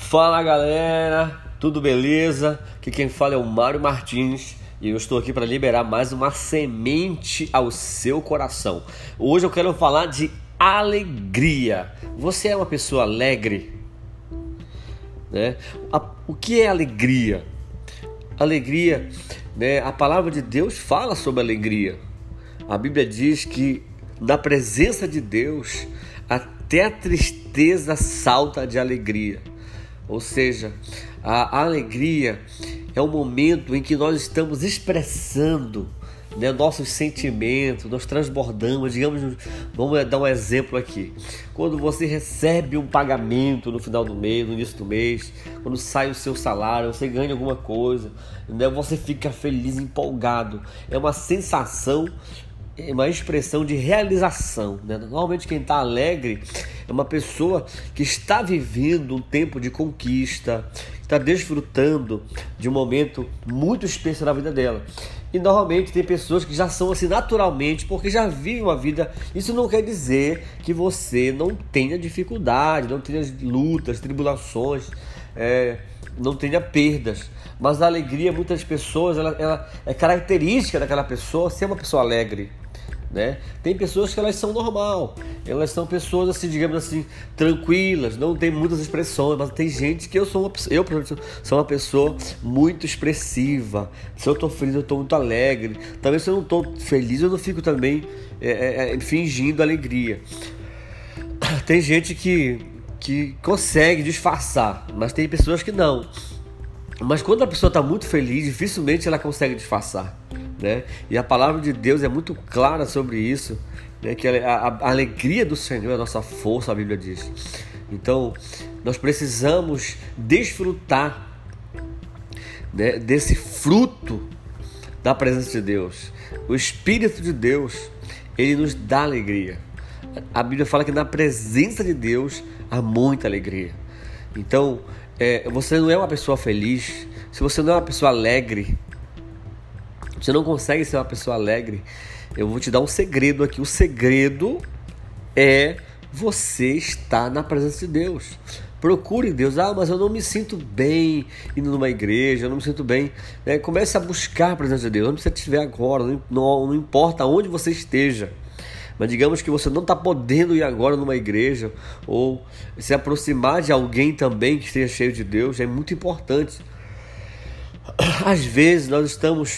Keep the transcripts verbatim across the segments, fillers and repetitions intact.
Fala galera, tudo beleza? Aqui quem fala é o Mário Martins e eu estou aqui para liberar mais uma semente ao seu coração. Hoje eu quero falar de alegria. Você é uma pessoa alegre? Né? O que é alegria? Alegria, né? A palavra de Deus fala sobre alegria. A Bíblia diz que na presença de Deus até a tristeza salta de alegria. Ou seja, a alegria é o momento em que nós estamos expressando, né, nossos sentimentos, nós transbordamos. Digamos, vamos dar um exemplo aqui. Quando você recebe um pagamento no final do mês, no início do mês, quando sai o seu salário, você ganha alguma coisa, né, você fica feliz, empolgado. É uma sensação, é uma expressão de realização, né? Normalmente quem está alegre é uma pessoa que está vivendo um tempo de conquista, está desfrutando de um momento muito especial na vida dela. E normalmente tem pessoas que já são assim naturalmente, porque já vivem uma vida. Isso não quer dizer que você não tenha dificuldade, não tenha lutas, tribulações, é, não tenha perdas. Mas a alegria, muitas pessoas, ela, ela é característica daquela pessoa ser uma pessoa alegre. Né? Tem pessoas que elas são normal, elas são pessoas assim, digamos assim, tranquilas, não tem muitas expressões, mas tem gente que eu sou uma eu sou uma pessoa muito expressiva. Se eu estou feliz, eu estou muito alegre. Também se eu não estou feliz, eu não fico também é, é, fingindo alegria. Tem gente que, que consegue disfarçar, mas tem pessoas que não. Mas quando a pessoa está muito feliz, dificilmente ela consegue disfarçar, né? E a palavra de Deus é muito clara sobre isso, né? Que a, a, a alegria do Senhor é a nossa força, a Bíblia diz. Então, nós precisamos desfrutar, né, desse fruto da presença de Deus. O Espírito de Deus, ele nos dá alegria. A Bíblia fala que na presença de Deus há muita alegria. Então, É, você não é uma pessoa feliz, se você não é uma pessoa alegre, você não consegue ser uma pessoa alegre, eu vou te dar um segredo aqui. O segredo é você estar na presença de Deus. Procure Deus. Ah, mas eu não me sinto bem indo numa igreja, eu não me sinto bem, né? Comece a buscar a presença de Deus. Onde você estiver agora, não, não, não importa onde você esteja. Mas digamos que você não está podendo ir agora numa igreja ou se aproximar de alguém também que esteja cheio de Deus, é muito importante. Às vezes nós estamos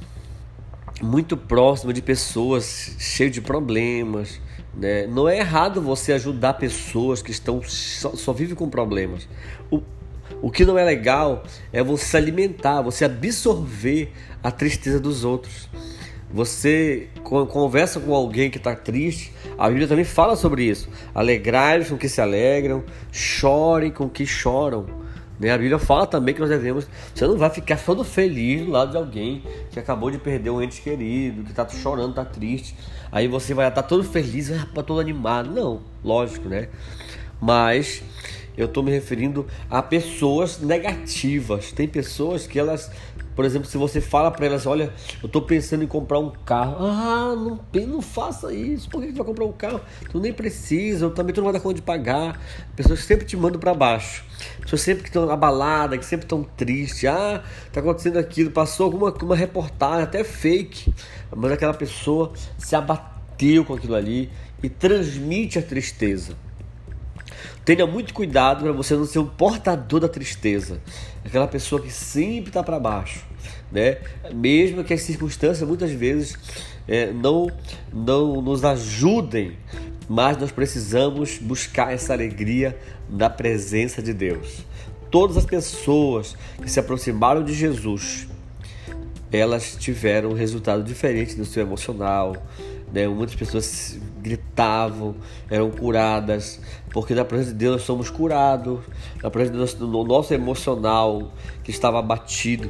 muito próximos de pessoas cheias de problemas, né? Não é errado você ajudar pessoas que estão só, só vivem com problemas. O, o que não é legal é você alimentar, você absorver a tristeza dos outros. Você conversa com alguém que está triste, a Bíblia também fala sobre isso. Alegrai-vos com que se alegram, chorem com que choram, né? A Bíblia fala também que nós devemos. Você não vai ficar todo feliz do lado de alguém que acabou de perder um ente querido, que está chorando, está triste. Aí você vai estar todo feliz, vai estar todo animado. Não, lógico, né? Mas eu estou me referindo a pessoas negativas. Tem pessoas que elas, por exemplo, se você fala para elas, olha, eu estou pensando em comprar um carro. Ah, não, não faça isso. Por que você vai comprar um carro? Tu nem precisa, eu também tu não vai dar conta de pagar. Pessoas que sempre te mandam para baixo. Pessoas sempre que estão abaladas, que sempre estão tristes. Ah, está acontecendo aquilo, passou alguma uma reportagem, até fake. Mas aquela pessoa se abateu com aquilo ali e transmite a tristeza. Tenha muito cuidado para você não ser um portador da tristeza, aquela pessoa que sempre está para baixo, né? Mesmo que as circunstâncias muitas vezes é, não, não nos ajudem, mas nós precisamos buscar essa alegria na presença de Deus. Todas as pessoas que se aproximaram de Jesus, elas tiveram um resultado diferente no seu emocional, né? Muitas pessoas gritavam, eram curadas, porque na presença de Deus nós somos curados. Na presença de Deus, no nosso emocional que estava abatido,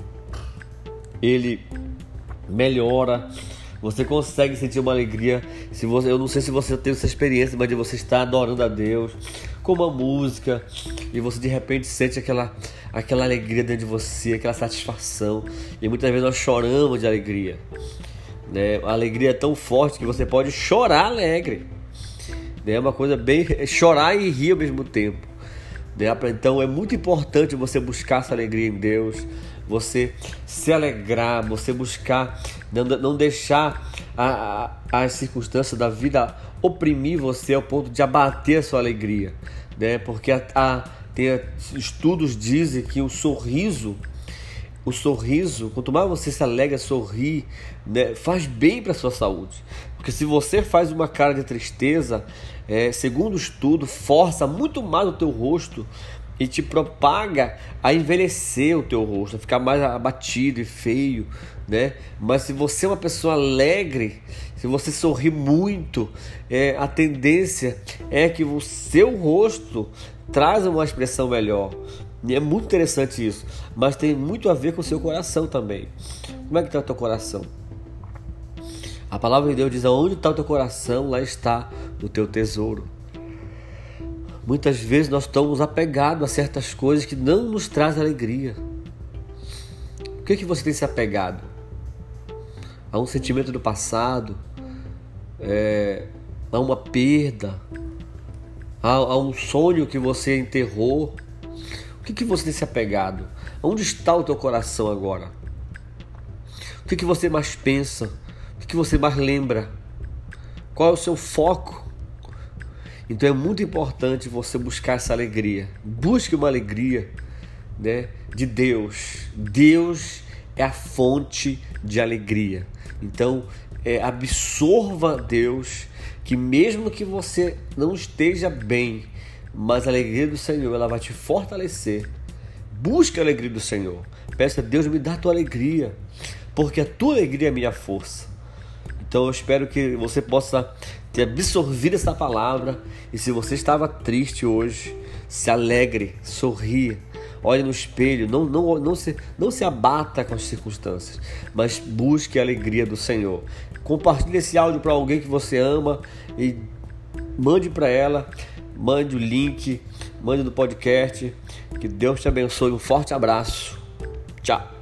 ele melhora. Você consegue sentir uma alegria. Se você, eu não sei se você tem essa experiência, mas de você estar adorando a Deus com uma música e você de repente sente aquela, aquela alegria dentro de você, aquela satisfação. E muitas vezes nós choramos de alegria, né? A alegria é tão forte que você pode chorar alegre, né? É uma coisa bem... chorar e rir ao mesmo tempo. né? Então é muito importante você buscar essa alegria em Deus, você se alegrar, você buscar, não, não deixar a, a, as circunstâncias da vida oprimir você ao ponto de abater a sua alegria, né? Porque a, a, tem, estudos dizem que o sorriso, o sorriso, quanto mais você se alegra, sorrir, né, faz bem para a sua saúde. Porque se você faz uma cara de tristeza, é, segundo o estudo, força muito mais o teu rosto e te propaga a envelhecer o teu rosto, a ficar mais abatido e feio, né? Mas se você é uma pessoa alegre, se você sorri muito, é, a tendência é que o seu rosto traz uma expressão melhor. E é muito interessante isso, mas tem muito a ver com o seu coração também. Como é que está o teu coração? A palavra de Deus diz: aonde está o teu coração, lá está o teu tesouro. Muitas vezes nós estamos apegados a certas coisas que não nos trazem alegria. O que, que você tem se apegado? A um sentimento do passado? É, a uma perda? A, a um sonho que você enterrou? O que, que você tem se apegado? Onde está o teu coração agora? O que, que você mais pensa? O que, que você mais lembra? Qual é o seu foco? Então é muito importante você buscar essa alegria. Busque uma alegria, né, de Deus. Deus é a fonte de alegria. Então é, absorva Deus, que mesmo que você não esteja bem, mas a alegria do Senhor, ela vai te fortalecer. Busque a alegria do Senhor. Peça a Deus, me dá a tua alegria, porque a tua alegria é a minha força. Então eu espero que você possa ter absorvido essa palavra. E se você estava triste hoje, se alegre, sorria, olhe no espelho, não, não, não, se, não se abata com as circunstâncias, mas busque a alegria do Senhor. Compartilhe esse áudio para alguém que você ama e mande para ela, mande o link, mande do podcast. Que Deus te abençoe, um forte abraço, tchau.